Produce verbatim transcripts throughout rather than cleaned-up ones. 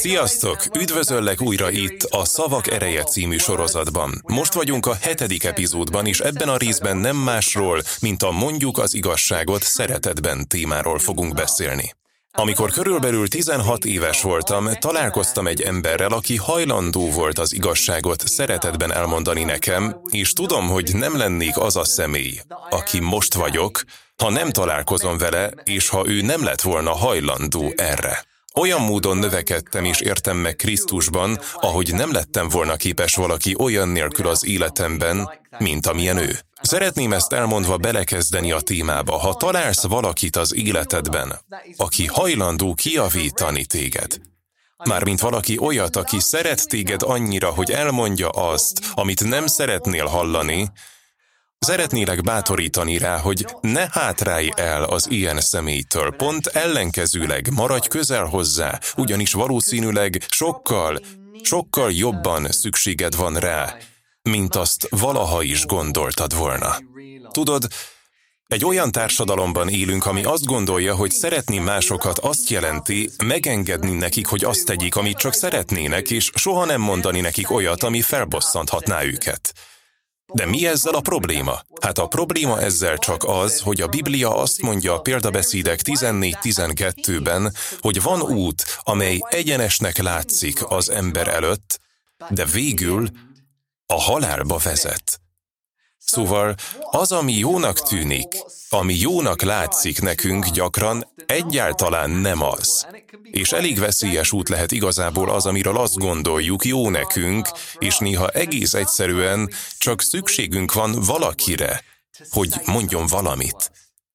Sziasztok! Üdvözöllek újra itt a Szavak ereje című sorozatban. Most vagyunk a hetedik epizódban, és ebben a részben nem másról, mint a Mondjuk az igazságot szeretetben témáról fogunk beszélni. Amikor körülbelül tizenhat éves voltam, találkoztam egy emberrel, aki hajlandó volt az igazságot szeretetben elmondani nekem, és tudom, hogy nem lennék az a személy, aki most vagyok, ha nem találkozom vele, és ha ő nem lett volna hajlandó erre. Olyan módon növekedtem és értem meg Krisztusban, ahogy nem lettem volna képes valaki olyan nélkül az életemben, mint amilyen ő. Szeretném ezt elmondva belekezdeni a témába. Ha találsz valakit az életedben, aki hajlandó kijavítani téged, mármint valaki olyat, aki szeret téged annyira, hogy elmondja azt, amit nem szeretnél hallani, szeretnélek bátorítani rá, hogy ne hátrálj el az ilyen személytől, pont ellenkezőleg maradj közel hozzá, ugyanis valószínűleg sokkal, sokkal jobban szükséged van rá, mint azt valaha is gondoltad volna. Tudod, egy olyan társadalomban élünk, ami azt gondolja, hogy szeretni másokat azt jelenti, megengedni nekik, hogy azt tegyék, amit csak szeretnének, és soha nem mondani nekik olyat, ami felbosszanthatná őket. De mi ezzel a probléma? Hát a probléma ezzel csak az, hogy a Biblia azt mondja a Példabeszédek tizennégy tizenkettőben, hogy van út, amely egyenesnek látszik az ember előtt, de végül a halálba vezet. Szóval az, ami jónak tűnik, ami jónak látszik nekünk gyakran, egyáltalán nem az. És elég veszélyes út lehet igazából az, amiről azt gondoljuk jó nekünk, és néha egész egyszerűen csak szükségünk van valakire, hogy mondjon valamit.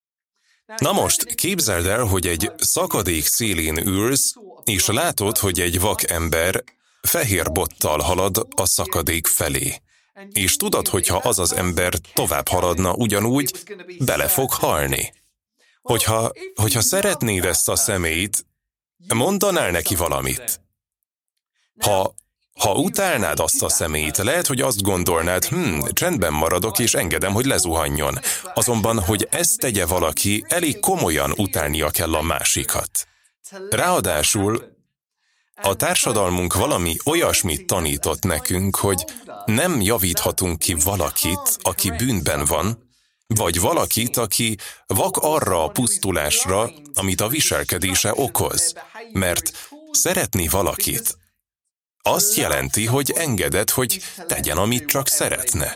Na most, képzeld el, hogy egy szakadék szélén ülsz, és látod, hogy egy vak ember fehér bottal halad a szakadék felé. És tudod, hogyha az az ember tovább haladna ugyanúgy, bele fog halni. Hogyha, hogyha szeretnéd ezt a személyt, mondanál neki valamit. Ha, ha utálnád azt a személyt, lehet, hogy azt gondolnád, hm, csendben maradok és engedem, hogy lezuhanjon. Azonban, hogy ezt tegye valaki, elég komolyan utálnia kell a másikat. Ráadásul a társadalmunk valami olyasmit tanított nekünk, hogy nem javíthatunk ki valakit, aki bűnben van, vagy valakit, aki vak arra a pusztulásra, amit a viselkedése okoz. Mert szeretni valakit azt jelenti, hogy engeded, hogy tegyen, amit csak szeretne.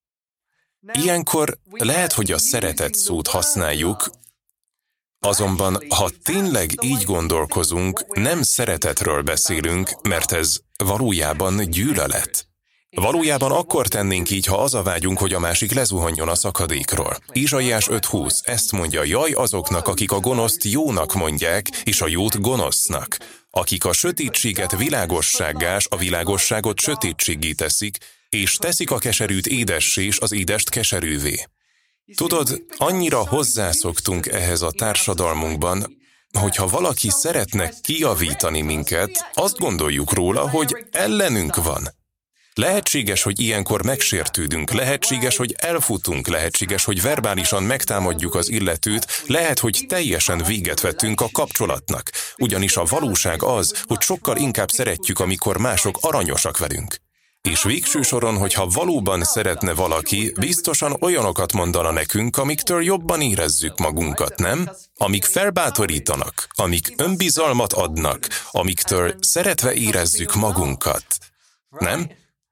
Ilyenkor lehet, hogy a szeretet szót használjuk, azonban, ha tényleg így gondolkozunk, nem szeretetről beszélünk, mert ez valójában gyűlölet. Valójában akkor tennénk így, ha az a vágyunk, hogy a másik lezuhanjon a szakadékról. Izsaiás öt húsz ezt mondja, jaj azoknak, akik a gonoszt jónak mondják, és a jót gonosznak, akik a sötétséget világossággá, a világosságot sötétséggé teszik, és teszik a keserűt édessé, és az édest keserűvé. Tudod, annyira hozzászoktunk ehhez a társadalmunkban, hogyha valaki szeretne kijavítani minket, azt gondoljuk róla, hogy ellenünk van. Lehetséges, hogy ilyenkor megsértődünk, lehetséges, hogy elfutunk, lehetséges, hogy verbálisan megtámadjuk az illetőt, lehet, hogy teljesen véget vettünk a kapcsolatnak, ugyanis a valóság az, hogy sokkal inkább szeretjük, amikor mások aranyosak velünk. És végső soron, hogyha valóban szeretne valaki, biztosan olyanokat mondana nekünk, amiktől jobban érezzük magunkat, nem? Amik felbátorítanak, amik önbizalmat adnak, amiktől szeretve érezzük magunkat, nem?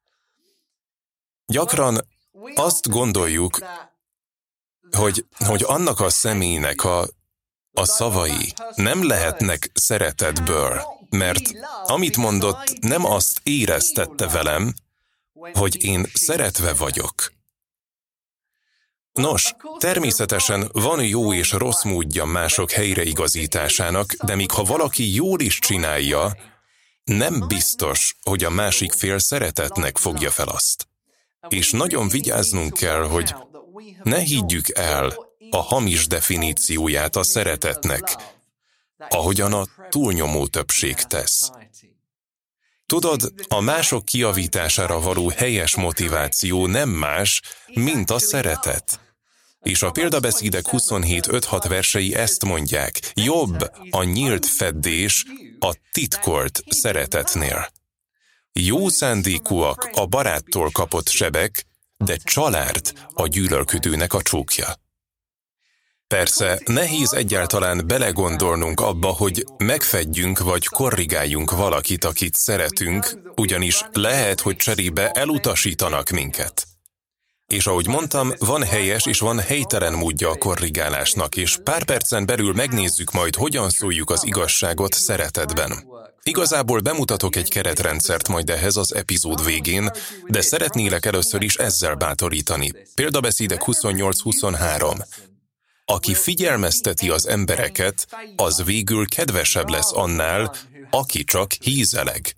Gyakran azt gondoljuk, hogy, hogy annak a személynek a, a szavai nem lehetnek szeretetből, mert amit mondott, nem azt éreztette velem, hogy én szeretve vagyok. Nos, természetesen van jó és rossz módja mások helyreigazításának, de míg ha valaki jól is csinálja, nem biztos, hogy a másik fél szeretetnek fogja fel azt. És nagyon vigyáznunk kell, hogy ne higgyük el a hamis definícióját a szeretetnek, ahogyan a túlnyomó többség tesz. Tudod, a mások kijavítására való helyes motiváció nem más, mint a szeretet. És a Példabeszédek huszonhét öt hat versei ezt mondják, jobb a nyílt feddés a titkolt szeretetnél. Jó szándékúak a baráttól kapott sebek, de család a gyűlölködőnek a csókja. Persze, nehéz egyáltalán belegondolnunk abba, hogy megfedjünk vagy korrigáljunk valakit, akit szeretünk, ugyanis lehet, hogy cserébe elutasítanak minket. És ahogy mondtam, van helyes és van helytelen módja a korrigálásnak, és pár percen belül megnézzük majd, hogyan szóljuk az igazságot szeretetben. Igazából bemutatok egy keretrendszert majd ehhez az epizód végén, de szeretnélek először is ezzel bátorítani. Példabeszédek huszonnyolc huszonhárom. Aki figyelmezteti az embereket, az végül kedvesebb lesz annál, aki csak hízeleg.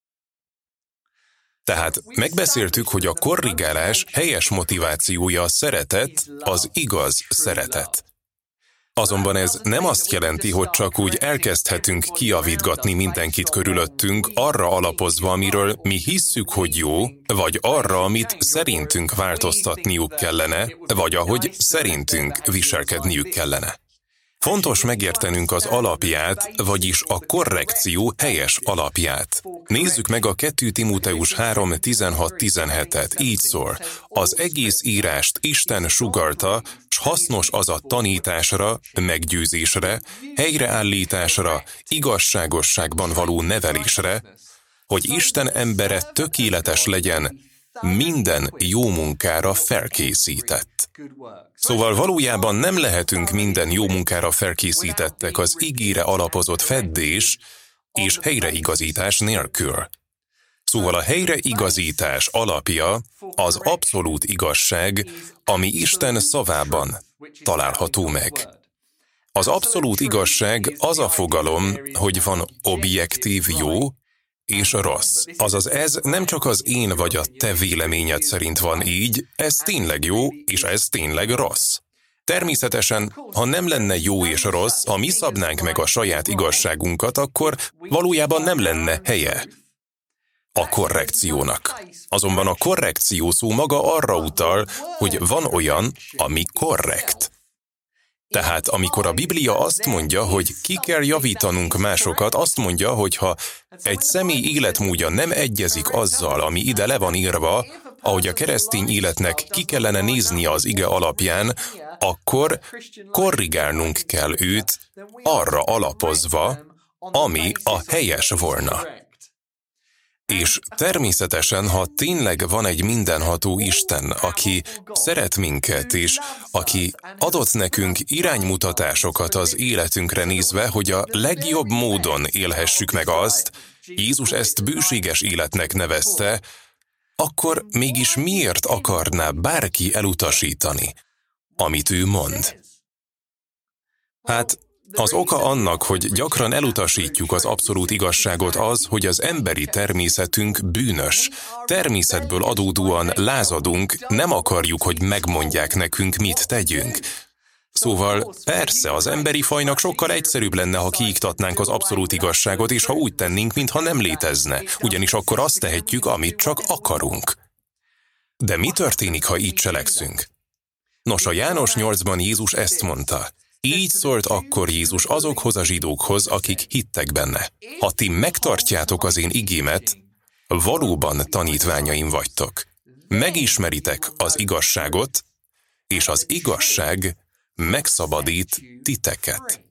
Tehát megbeszéltük, hogy a korrigálás helyes motivációja a szeretet, az igaz szeretet. Azonban ez nem azt jelenti, hogy csak úgy elkezdhetünk kijavítgatni mindenkit körülöttünk, arra alapozva, amiről mi hisszük, hogy jó, vagy arra, amit szerintünk változtatniuk kellene, vagy ahogy szerintünk viselkedniük kellene. Fontos megértenünk az alapját, vagyis a korrekció helyes alapját. Nézzük meg a kettő Timóteus három tizenhat tizenhetet, így szól. Az egész írást Isten sugallta, s hasznos az a tanításra, meggyőzésre, helyreállításra, igazságosságban való nevelésre, hogy Isten embere tökéletes legyen, minden jó munkára felkészített. Szóval valójában nem lehetünk minden jó munkára felkészítettek az igére alapozott feddés és helyreigazítás nélkül. Szóval a helyreigazítás alapja az abszolút igazság, ami Isten szavában található meg. Az abszolút igazság az a fogalom, hogy van objektív jó és rossz. Azaz ez nem csak az én vagy a te véleményed szerint van így, ez tényleg jó, és ez tényleg rossz. Természetesen, ha nem lenne jó és rossz, ha mi szabnánk meg a saját igazságunkat, akkor valójában nem lenne helye a korrekciónak. Azonban a korrekció szó maga arra utal, hogy van olyan, ami korrekt. Tehát amikor a Biblia azt mondja, hogy ki kell javítanunk másokat, azt mondja, hogy ha egy személy életmódja nem egyezik azzal, ami ide le van írva, ahogy a keresztény életnek ki kellene néznie az ige alapján, akkor korrigálnunk kell őt arra alapozva, ami a helyes volna. És természetesen, ha tényleg van egy mindenható Isten, aki szeret minket, és aki adott nekünk iránymutatásokat az életünkre nézve, hogy a legjobb módon élhessük meg azt, Jézus ezt bőséges életnek nevezte, akkor mégis miért akarná bárki elutasítani, amit ő mond? Hát, az oka annak, hogy gyakran elutasítjuk az abszolút igazságot az, hogy az emberi természetünk bűnös. Természetből adódóan lázadunk, nem akarjuk, hogy megmondják nekünk, mit tegyünk. Szóval persze, az emberi fajnak sokkal egyszerűbb lenne, ha kiiktatnánk az abszolút igazságot, és ha úgy tennénk, mintha nem létezne, ugyanis akkor azt tehetjük, amit csak akarunk. De mi történik, ha így cselekszünk? Nos, a János nyolcban Jézus ezt mondta. Így szólt akkor Jézus azokhoz a zsidókhoz, akik hittek benne. Ha ti megtartjátok az én igémet, valóban tanítványaim vagytok. Megismeritek az igazságot, és az igazság megszabadít titeket.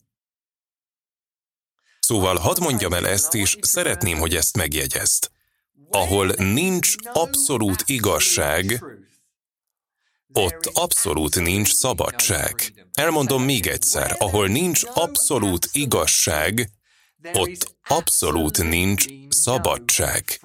Szóval hadd mondjam el ezt, és szeretném, hogy ezt megjegyezd. Ahol nincs abszolút igazság, ott abszolút nincs szabadság. Elmondom még egyszer, ahol nincs abszolút igazság, ott abszolút nincs szabadság.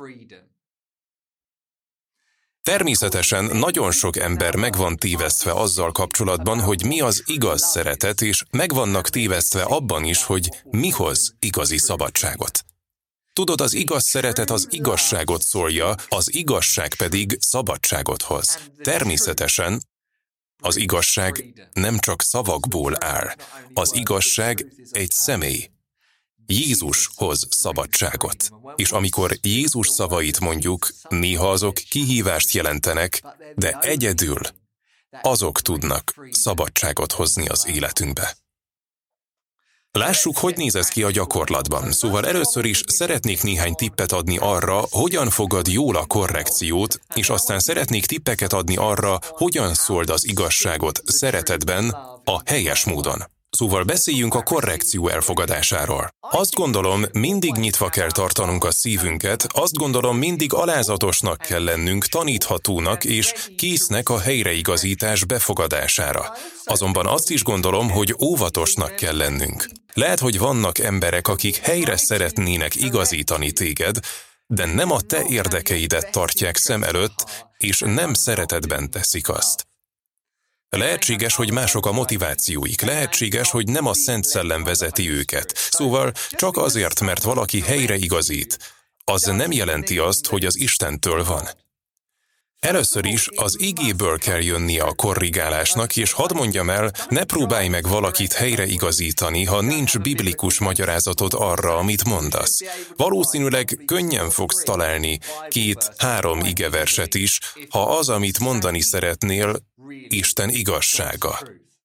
Természetesen nagyon sok ember meg van tévesztve azzal kapcsolatban, hogy mi az igaz szeretet, és meg vannak tévesztve abban is, hogy mi hoz igazi szabadságot. Tudod, az igaz szeretet az igazságot szólja, az igazság pedig szabadságot hoz. Természetesen az igazság nem csak szavakból áll. Az igazság egy személy. Jézus hoz szabadságot. És amikor Jézus szavait mondjuk, néha azok kihívást jelentenek, de egyedül azok tudnak szabadságot hozni az életünkbe. Lássuk, hogy néz ez ki a gyakorlatban. Szóval először is szeretnék néhány tippet adni arra, hogyan fogad jól a korrekciót, és aztán szeretnék tippeket adni arra, hogyan szóld az igazságot szeretetben, a helyes módon. Szóval beszéljünk a korrekció elfogadásáról. Azt gondolom, mindig nyitva kell tartanunk a szívünket, azt gondolom, mindig alázatosnak kell lennünk, taníthatónak és késznek a helyreigazítás befogadására. Azonban azt is gondolom, hogy óvatosnak kell lennünk. Lehet, hogy vannak emberek, akik helyre szeretnének igazítani téged, de nem a te érdekeidet tartják szem előtt, és nem szeretetben teszik azt. Lehetséges, hogy mások a motivációik, lehetséges, hogy nem a Szent Szellem vezeti őket. Szóval csak azért, mert valaki helyreigazít, az nem jelenti azt, hogy az Istentől van. Először is az igéből kell jönnie a korrigálásnak, és hadd mondjam el, ne próbálj meg valakit helyreigazítani, ha nincs biblikus magyarázatod arra, amit mondasz. Valószínűleg könnyen fogsz találni két-három igeverset is, ha az, amit mondani szeretnél, Isten igazsága.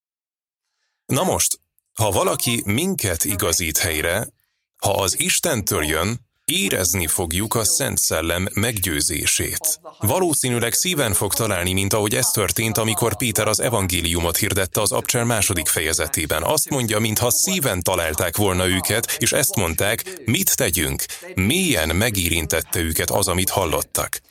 Na most, ha valaki minket igazít helyre, ha az Istentől jön, érezni fogjuk a Szent Szellem meggyőzését. Valószínűleg szíven fog találni, mint ahogy ez történt, amikor Péter az evangéliumot hirdette az Abcsel második fejezetében. Azt mondja, mintha szíven találták volna őket, és ezt mondták, mit tegyünk? Mélyen megérintette őket az, amit hallottak.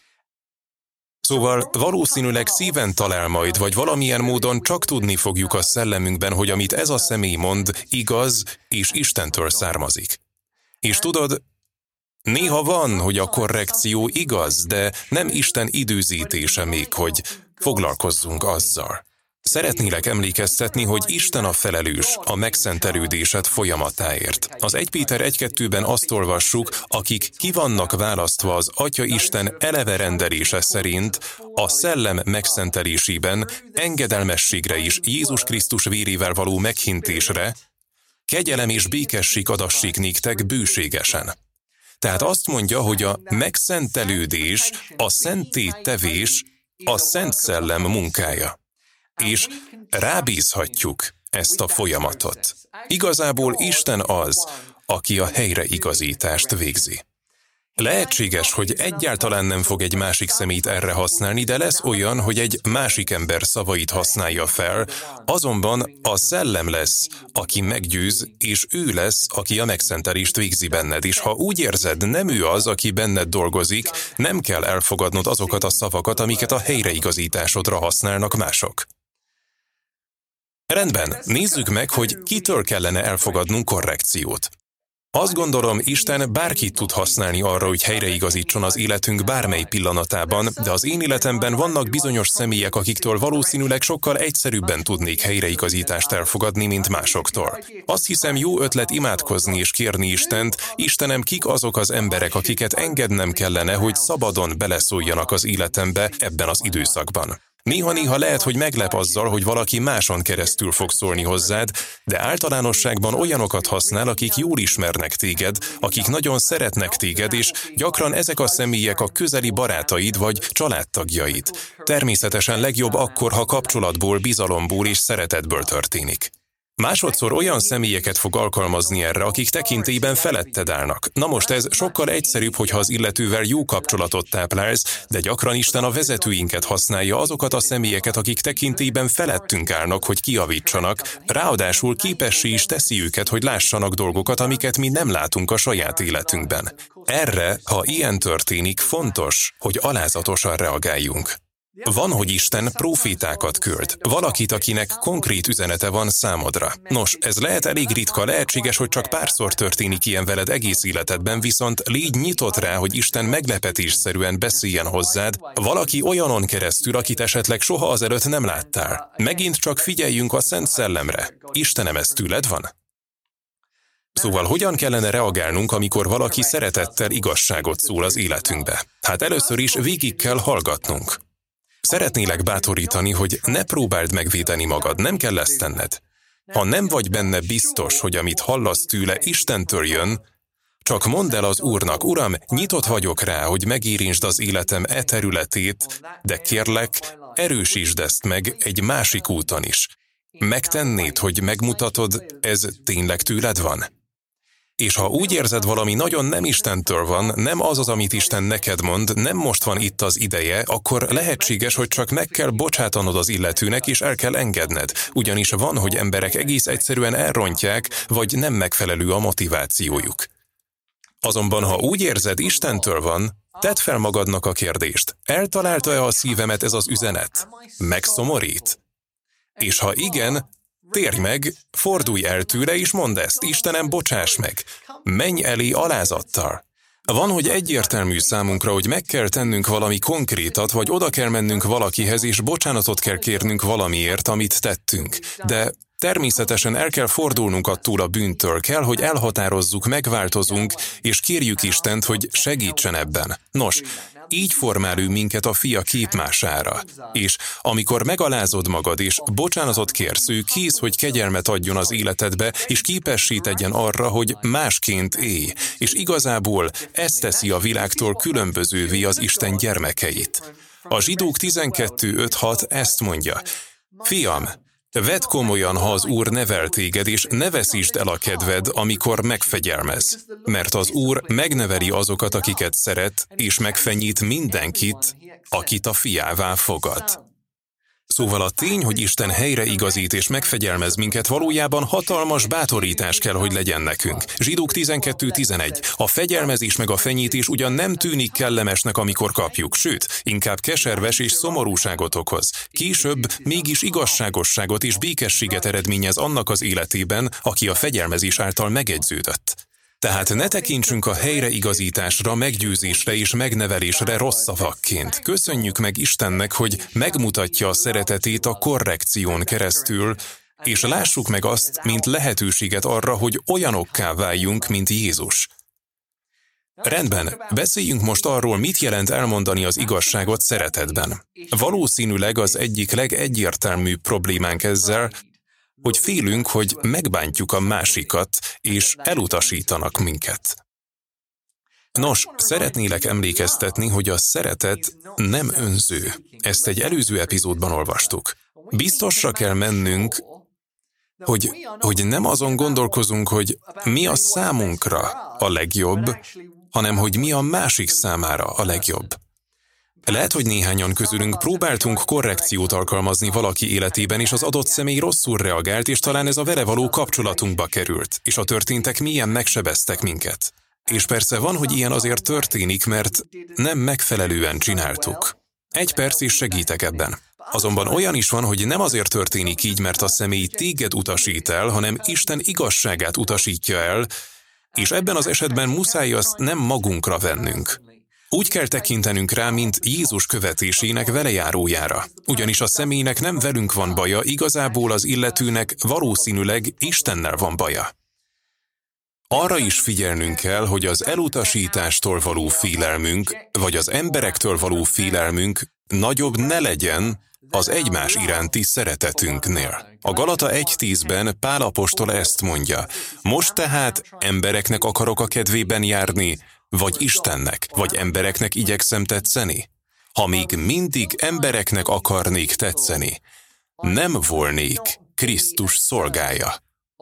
Szóval valószínűleg szíven talál majd, vagy valamilyen módon csak tudni fogjuk a szellemünkben, hogy amit ez a személy mond, igaz és Istentől származik. És tudod, néha van, hogy a korrekció igaz, de nem Isten időzítése még, hogy foglalkozzunk azzal. Szeretnélek emlékeztetni, hogy Isten a felelős a megszentelődésed folyamatáért. Az Egy Péter egy kettőben azt olvassuk, akik ki vannak választva az Atya Isten eleve rendelése szerint, a szellem megszentelésében, engedelmességre is Jézus Krisztus vérével való meghintésre, kegyelem és békesség adassék néktek bőségesen. Tehát azt mondja, hogy a megszentelődés, a szentéttevés, a Szent Szellem munkája. És rábízhatjuk ezt a folyamatot. Igazából Isten az, aki a helyreigazítást végzi. Lehetséges, hogy egyáltalán nem fog egy másik szemét erre használni, de lesz olyan, hogy egy másik ember szavait használja fel, azonban a Szellem lesz, aki meggyőz, és ő lesz, aki a megszentelést végzi benned. És ha úgy érzed, nem ő az, aki benned dolgozik, nem kell elfogadnod azokat a szavakat, amiket a helyreigazításodra használnak mások. Rendben, nézzük meg, hogy kitől kellene elfogadnunk korrekciót. Azt gondolom, Isten bárkit tud használni arra, hogy helyreigazítson az életünk bármely pillanatában, de az én életemben vannak bizonyos személyek, akiktől valószínűleg sokkal egyszerűbben tudnék helyreigazítást elfogadni, mint másoktól. Azt hiszem, jó ötlet imádkozni és kérni Istent, Istenem, kik azok az emberek, akiket engednem kellene, hogy szabadon beleszóljanak az életembe ebben az időszakban. Néha-néha lehet, hogy meglep azzal, hogy valaki máson keresztül fog szólni hozzád, de általánosságban olyanokat használ, akik jól ismernek téged, akik nagyon szeretnek téged, és gyakran ezek a személyek a közeli barátaid vagy családtagjaid. Természetesen legjobb akkor, ha kapcsolatból, bizalomból és szeretetből történik. Másodszor olyan személyeket fog alkalmazni erre, akik tekintélyben feletted állnak. Na most ez sokkal egyszerűbb, hogyha az illetővel jó kapcsolatot táplálsz, de gyakran Isten a vezetőinket használja, azokat a személyeket, akik tekintélyben felettünk állnak, hogy kijavítsanak, ráadásul képessé is teszi őket, hogy lássanak dolgokat, amiket mi nem látunk a saját életünkben. Erre, ha ilyen történik, fontos, hogy alázatosan reagáljunk. Van, hogy Isten prófétákat küld, valakit, akinek konkrét üzenete van számodra. Nos, ez lehet elég ritka, lehetséges, hogy csak párszor történik ilyen veled egész életedben, viszont légy nyitott rá, hogy Isten meglepetésszerűen beszéljen hozzád, valaki olyanon keresztül, akit esetleg soha azelőtt nem láttál. Megint csak figyeljünk a Szent Szellemre. Istenem, ez tőled van? Szóval hogyan kellene reagálnunk, amikor valaki szeretettel igazságot szól az életünkbe? Hát először is végig kell hallgatnunk. Szeretnélek bátorítani, hogy ne próbáld megvédeni magad, nem kell ezt tenned. Ha nem vagy benne biztos, hogy amit hallasz tőle Istentől jön, csak mondd el az Úrnak, Uram, nyitott vagyok rá, hogy megérintsd az életem e területét, de kérlek, erősítsd ezt meg egy másik úton is. Megtennéd, hogy megmutatod, ez tényleg tőled van? És ha úgy érzed, valami nagyon nem Istentől van, nem az az, amit Isten neked mond, nem most van itt az ideje, akkor lehetséges, hogy csak meg kell bocsátanod az illetőnek, és el kell engedned. Ugyanis van, hogy emberek egész egyszerűen elrontják, vagy nem megfelelő a motivációjuk. Azonban, ha úgy érzed, Istentől van, tedd fel magadnak a kérdést. Eltalálta-e a szívemet ez az üzenet? Megszomorít? És ha igen, térj meg, fordulj el tőle, és mondd ezt, Istenem, bocsáss meg. Menj elé alázattal. Van, hogy egyértelmű számunkra, hogy meg kell tennünk valami konkrétat, vagy oda kell mennünk valakihez, és bocsánatot kell kérnünk valamiért, amit tettünk. De természetesen el kell fordulnunk attól a bűntől, kell, hogy elhatározzuk, megváltozunk, és kérjük Istent, hogy segítsen ebben. Nos, így formál ő minket a fia képmására. És amikor megalázod magad, és bocsánatot kérsz, ő kész, hogy kegyelmet adjon az életedbe, és képessé tegyen arra, hogy másként élj. És igazából ez teszi a világtól különbözővé az Isten gyermekeit. A Zsidók tizenkettő öt hat ezt mondja. Fiam, vedd komolyan, ha az Úr nevel téged, és ne veszítsd el a kedved, amikor megfegyelmez. Mert az Úr megneveli azokat, akiket szeret, és megfenyít mindenkit, akit a fiává fogad. Szóval a tény, hogy Isten helyreigazít és megfegyelmez minket, valójában hatalmas bátorítás kell, hogy legyen nekünk. Zsidók tizenkettő tizenegy. A fegyelmezés meg a fenyítés ugyan nem tűnik kellemesnek, amikor kapjuk, sőt, inkább keserves és szomorúságot okoz. Később mégis igazságosságot és békességet eredményez annak az életében, aki a fegyelmezés által megegyződött. Tehát ne tekintsünk a helyreigazításra, meggyőzésre és megnevelésre rossz szavakként. Köszönjük meg Istennek, hogy megmutatja a szeretetét a korrekción keresztül, és lássuk meg azt, mint lehetőséget arra, hogy olyanokká váljunk, mint Jézus. Rendben, beszéljünk most arról, mit jelent elmondani az igazságot szeretetben. Valószínűleg az egyik legegyértelműbb problémánk ezzel, hogy félünk, hogy megbántjuk a másikat, és elutasítanak minket. Nos, szeretnélek emlékeztetni, hogy a szeretet nem önző. Ezt egy előző epizódban olvastuk. Biztosra kell mennünk, hogy, hogy nem azon gondolkozunk, hogy mi a számunkra a legjobb, hanem hogy mi a másik számára a legjobb. Lehet, hogy néhányan közülünk próbáltunk korrekciót alkalmazni valaki életében, és az adott személy rosszul reagált, és talán ez a vele való kapcsolatunkba került, és a történtek mélyen megsebeztek minket. És persze van, hogy ilyen azért történik, mert nem megfelelően csináltuk. Egy perc és segítek ebben. Azonban olyan is van, hogy nem azért történik így, mert a személy téged utasít el, hanem Isten igazságát utasítja el, és ebben az esetben muszáj azt nem magunkra vennünk. Úgy kell tekintenünk rá, mint Jézus követésének velejárójára. Ugyanis a személynek nem velünk van baja, igazából az illetőnek valószínűleg Istennel van baja. Arra is figyelnünk kell, hogy az elutasítástól való félelmünk, vagy az emberektől való félelmünk nagyobb ne legyen az egymás iránti szeretetünknél. A Galata egy tízben Pál apostol ezt mondja, most tehát embereknek akarok a kedvében járni, vagy Istennek, vagy embereknek igyekszem tetszeni? Ha még mindig embereknek akarnék tetszeni, nem volnék Krisztus szolgája.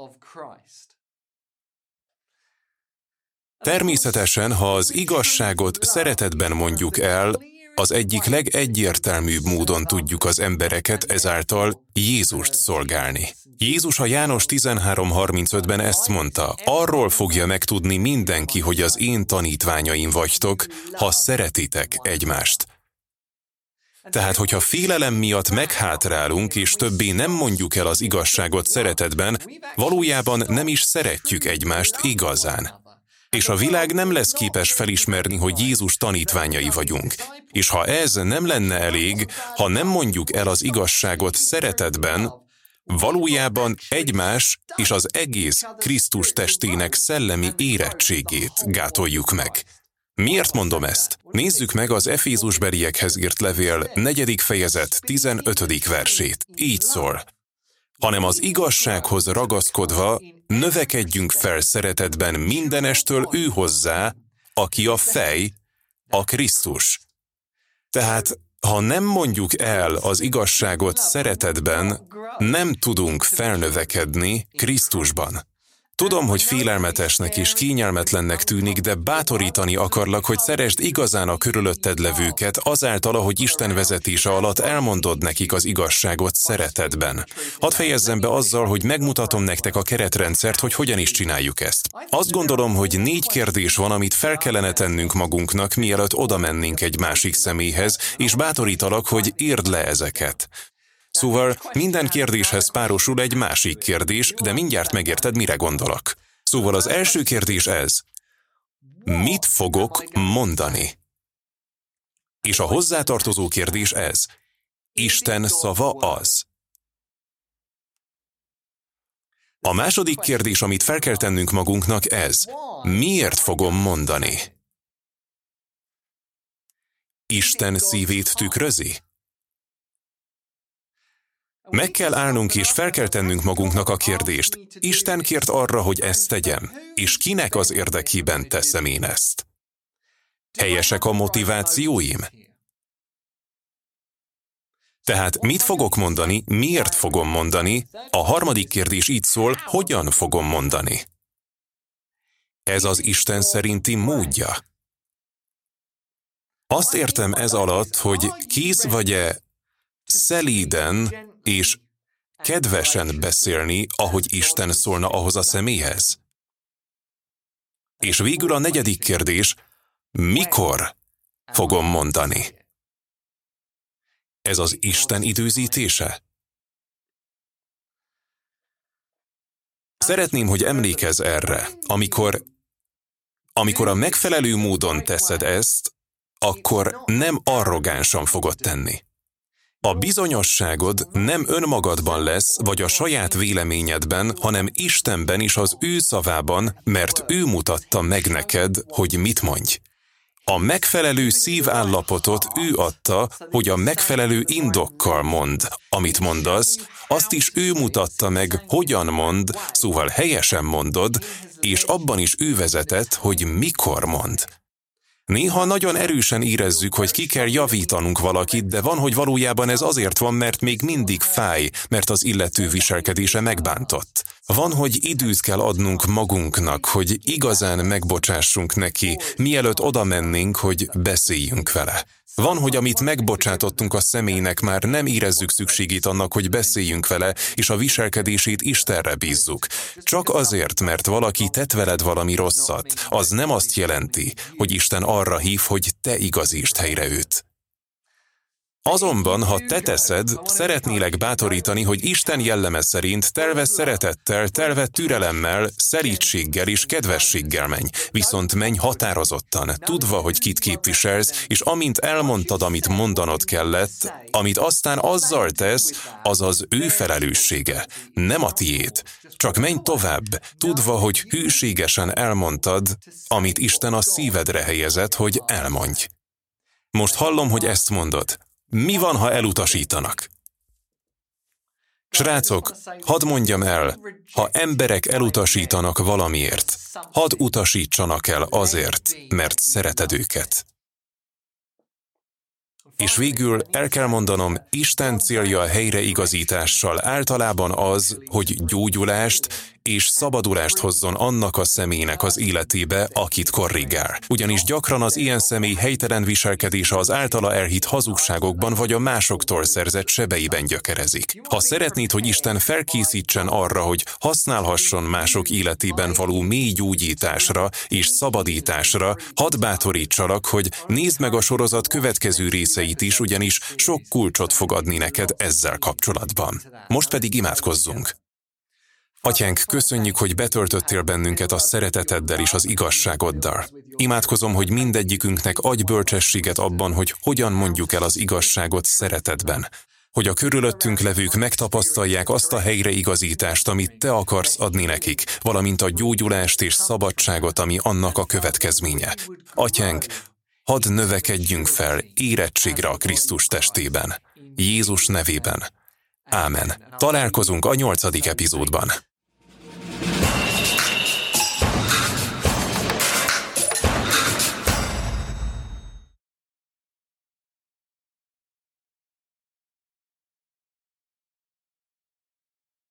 Természetesen, ha az igazságot szeretetben mondjuk el, az egyik legegyértelműbb módon tudjuk az embereket ezáltal Jézust szolgálni. Jézus a János tizenhárom harmincötben ezt mondta, arról fogja megtudni mindenki, hogy az én tanítványaim vagytok, ha szeretitek egymást. Tehát, hogyha félelem miatt meghátrálunk, és többé nem mondjuk el az igazságot szeretetben, valójában nem is szeretjük egymást igazán. És a világ nem lesz képes felismerni, hogy Jézus tanítványai vagyunk. És ha ez nem lenne elég, ha nem mondjuk el az igazságot szeretetben, valójában egymás és az egész Krisztus testének szellemi érettségét gátoljuk meg. Miért mondom ezt? Nézzük meg az Efézusbeliekhez írt levél negyedik fejezet tizenötödik versét. Így szól. Hanem az igazsághoz ragaszkodva növekedjünk fel szeretetben mindenestől ő hozzá, aki a fej, a Krisztus. Tehát, Ha nem mondjuk el az igazságot szeretetben, nem tudunk felnövekedni Krisztusban. Tudom, hogy félelmetesnek és kényelmetlennek tűnik, de bátorítani akarlak, hogy szeresd igazán a körülötted levőket, azáltal, ahogy Isten vezetése alatt elmondod nekik az igazságot szeretetben. Hadd fejezzem be azzal, hogy megmutatom nektek a keretrendszert, hogy hogyan is csináljuk ezt. Azt gondolom, hogy négy kérdés van, amit fel kellene tennünk magunknak, mielőtt oda mennénk egy másik személyhez, és bátorítalak, hogy érd le ezeket. Szóval minden kérdéshez párosul egy másik kérdés, de mindjárt megérted, mire gondolok. Szóval az első kérdés ez: mit fogok mondani? És a hozzátartozó kérdés ez: Isten szava az. A második kérdés, amit fel kell tennünk magunknak ez: miért fogom mondani? Isten szívét tükrözi? Meg kell állnunk és fel kell tennünk magunknak a kérdést: Isten kért arra, hogy ezt tegyem, és kinek az érdekében teszem én ezt? Helyesek a motivációim? Tehát mit fogok mondani, miért fogom mondani? A harmadik kérdés így szól: hogyan fogom mondani? Ez az Isten szerinti módja. Azt értem ez alatt, hogy kész vagy-e szelíden és kedvesen beszélni, ahogy Isten szólna ahhoz a személyhez. És végül a negyedik kérdés: mikor fogom mondani? Ez az Isten időzítése? Szeretném, hogy emlékezz erre, amikor, amikor a megfelelő módon teszed ezt, akkor nem arrogánsan fogod tenni. A bizonyosságod nem önmagadban lesz, vagy a saját véleményedben, hanem Istenben és az ő szavában, mert ő mutatta meg neked, hogy mit mondj. A megfelelő szívállapotot ő adta, hogy a megfelelő indokkal mond, amit mondasz, azt is ő mutatta meg, hogyan mond, szóval helyesen mondod, és abban is ő vezetett, hogy mikor mond. Néha nagyon erősen érezzük, hogy ki kell javítanunk valakit, de van, hogy valójában ez azért van, mert még mindig fáj, mert az illető viselkedése megbántott. Van, hogy időt kell adnunk magunknak, hogy igazán megbocsássunk neki, mielőtt oda mennénk, hogy beszéljünk vele. Van, hogy amit megbocsátottunk a személynek, már nem érezzük szükségét annak, hogy beszéljünk vele, és a viselkedését Istenre bízzuk. Csak azért, mert valaki tett veled valami rosszat, az nem azt jelenti, hogy Isten arra hív, hogy te igazítsd helyre őt. Azonban, ha te teszed, szeretnélek bátorítani, hogy Isten jelleme szerint telve szeretettel, telve türelemmel, szelídséggel és kedvességgel menj, viszont menj határozottan, tudva, hogy kit képviselsz, és amint elmondtad, amit mondanod kellett, amit aztán azzal tesz, az az ő felelőssége, nem a tiéd. Csak menj tovább, tudva, hogy hűségesen elmondtad, amit Isten a szívedre helyezett, hogy elmondj. Most hallom, hogy ezt mondod. Mi van, ha elutasítanak? Srácok, hadd mondjam el, ha emberek elutasítanak valamiért, hadd utasítsanak el azért, mert szereted őket. És végül el kell mondanom, Isten célja a helyreigazítással általában az, hogy gyógyulást és szabadulást hozzon annak a személynek az életébe, akit korrigál. Ugyanis gyakran az ilyen személy helytelen viselkedése az általa elhitt hazugságokban vagy a másoktól szerzett sebeiben gyökerezik. Ha szeretnéd, hogy Isten felkészítsen arra, hogy használhasson mások életében való mély gyógyításra és szabadításra, hadd bátorítsalak, hogy nézd meg a sorozat következő részeit is, ugyanis sok kulcsot fog adni neked ezzel kapcsolatban. Most pedig imádkozzunk. Atyánk, köszönjük, hogy betöltöttél bennünket a szereteteddel és az igazságoddal. Imádkozom, hogy mindegyikünknek adj bölcsességet abban, hogy hogyan mondjuk el az igazságot szeretetben, hogy a körülöttünk levők megtapasztalják azt a helyreigazítást, amit te akarsz adni nekik, valamint a gyógyulást és szabadságot, ami annak a következménye. Atyánk, hadd növekedjünk fel érettségre a Krisztus testében. Jézus nevében. Ámen. Találkozunk a nyolcadik epizódban.